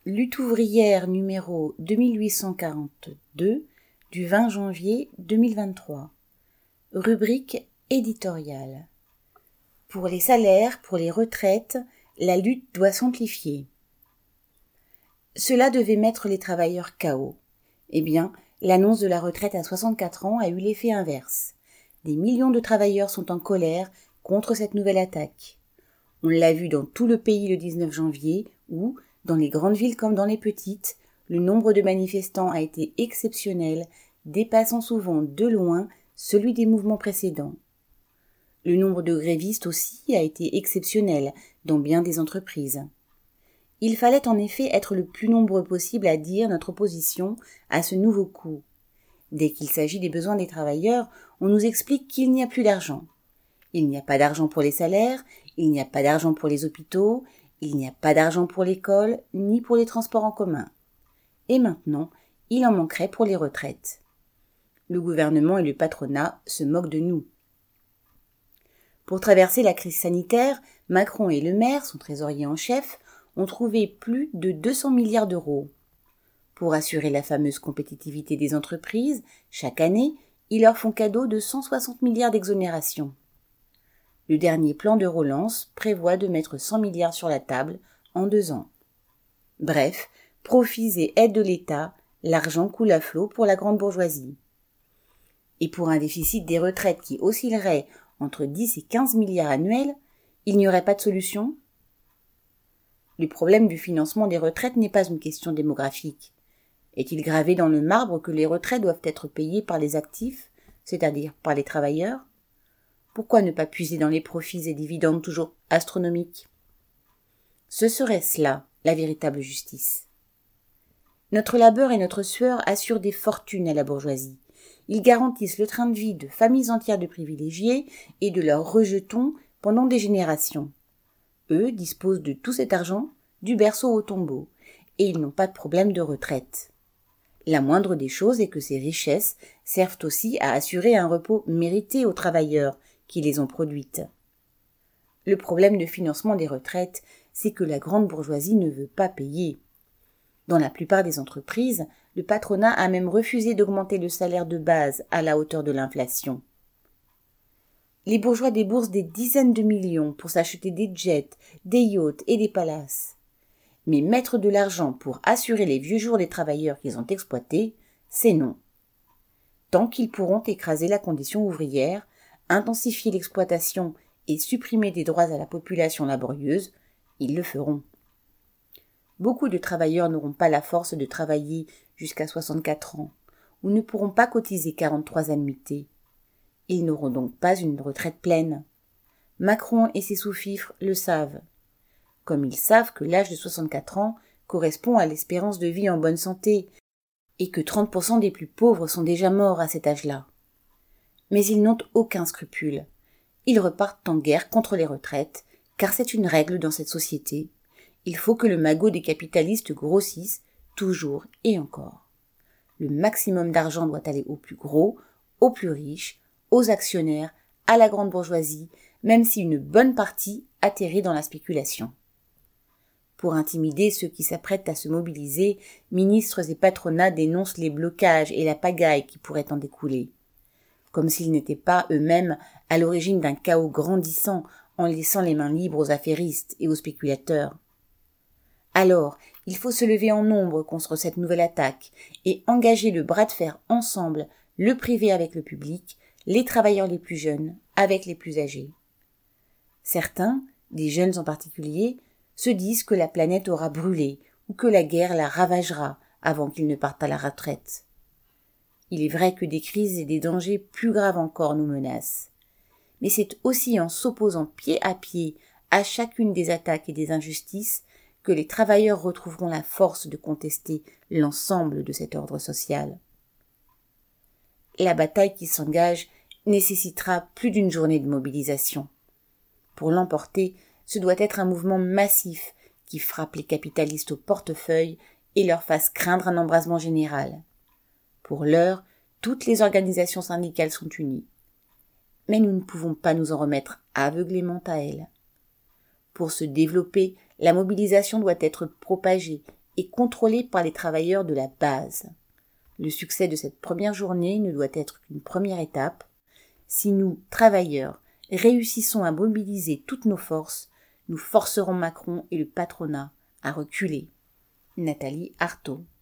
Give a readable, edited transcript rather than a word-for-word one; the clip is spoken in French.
Lutte ouvrière numéro 2842 du 20 janvier 2023. Rubrique éditoriale. Pour les salaires, pour les retraites, la lutte doit s'amplifier. Cela devait mettre les travailleurs KO. Eh bien, l'annonce de la retraite à 64 ans a eu l'effet inverse. Des millions de travailleurs sont en colère contre cette nouvelle attaque. On l'a vu dans tout le pays le 19 janvier où, dans les grandes villes comme dans les petites, le nombre de manifestants a été exceptionnel, dépassant souvent de loin celui des mouvements précédents. Le nombre de grévistes aussi a été exceptionnel dans bien des entreprises. Il fallait en effet être le plus nombreux possible à dire notre opposition à ce nouveau coup. Dès qu'il s'agit des besoins des travailleurs, on nous explique qu'il n'y a plus d'argent. Il n'y a pas d'argent pour les salaires, il n'y a pas d'argent pour les hôpitaux, il n'y a pas d'argent pour l'école, ni pour les transports en commun. Et maintenant, il en manquerait pour les retraites. Le gouvernement et le patronat se moquent de nous. Pour traverser la crise sanitaire, Macron et Le Maire, son trésorier en chef, ont trouvé plus de 200 milliards d'euros. Pour assurer la fameuse compétitivité des entreprises, chaque année, ils leur font cadeau de 160 milliards d'exonération. Le dernier plan de relance prévoit de mettre 100 milliards sur la table en 2 ans. Bref, profits et aides de l'État, l'argent coule à flot pour la grande bourgeoisie. Et pour un déficit des retraites qui oscillerait entre 10 et 15 milliards annuels, il n'y aurait pas de solution ? Le problème du financement des retraites n'est pas une question démographique. Est-il gravé dans le marbre que les retraites doivent être payées par les actifs, c'est-à-dire par les travailleurs ? Pourquoi ne pas puiser dans les profits et dividendes toujours astronomiques ? Ce serait cela, la véritable justice. Notre labeur et notre sueur assurent des fortunes à la bourgeoisie. Ils garantissent le train de vie de familles entières de privilégiés et de leurs rejetons pendant des générations. Eux disposent de tout cet argent, du berceau au tombeau, et ils n'ont pas de problème de retraite. La moindre des choses est que ces richesses servent aussi à assurer un repos mérité aux travailleurs qui les ont produites. Le problème de financement des retraites, c'est que la grande bourgeoisie ne veut pas payer. Dans la plupart des entreprises, le patronat a même refusé d'augmenter le salaire de base à la hauteur de l'inflation. Les bourgeois déboursent des dizaines de millions pour s'acheter des jets, des yachts et des palaces. Mais mettre de l'argent pour assurer les vieux jours des travailleurs qu'ils ont exploités, c'est non. Tant qu'ils pourront écraser la condition ouvrière, intensifier l'exploitation et supprimer des droits à la population laborieuse, ils le feront. Beaucoup de travailleurs n'auront pas la force de travailler jusqu'à 64 ans, ou ne pourront pas cotiser 43 annuités. Ils n'auront donc pas une retraite pleine. Macron et ses sous-fifres le savent. Comme ils savent que l'âge de 64 ans correspond à l'espérance de vie en bonne santé, et que 30% des plus pauvres sont déjà morts à cet âge-là. Mais ils n'ont aucun scrupule. Ils repartent en guerre contre les retraites, car c'est une règle dans cette société. Il faut que le magot des capitalistes grossisse, toujours et encore. Le maximum d'argent doit aller aux plus gros, aux plus riches, aux actionnaires, à la grande bourgeoisie, même si une bonne partie atterrit dans la spéculation. Pour intimider ceux qui s'apprêtent à se mobiliser, ministres et patronats dénoncent les blocages et la pagaille qui pourraient en découler. Comme s'ils n'étaient pas eux-mêmes à l'origine d'un chaos grandissant en laissant les mains libres aux affairistes et aux spéculateurs. Alors, il faut se lever en nombre contre cette nouvelle attaque et engager le bras de fer ensemble, le privé avec le public, les travailleurs les plus jeunes avec les plus âgés. Certains, des jeunes en particulier, se disent que la planète aura brûlé ou que la guerre la ravagera avant qu'ils ne partent à la retraite. Il est vrai que des crises et des dangers plus graves encore nous menacent. Mais c'est aussi en s'opposant pied à pied à chacune des attaques et des injustices que les travailleurs retrouveront la force de contester l'ensemble de cet ordre social. La bataille qui s'engage nécessitera plus d'une journée de mobilisation. Pour l'emporter, ce doit être un mouvement massif qui frappe les capitalistes au portefeuille et leur fasse craindre un embrasement général. Pour l'heure, toutes les organisations syndicales sont unies. Mais nous ne pouvons pas nous en remettre aveuglément à elles. Pour se développer, la mobilisation doit être propagée et contrôlée par les travailleurs de la base. Le succès de cette première journée ne doit être qu'une première étape. Si nous, travailleurs, réussissons à mobiliser toutes nos forces, nous forcerons Macron et le patronat à reculer. Nathalie Arthaud.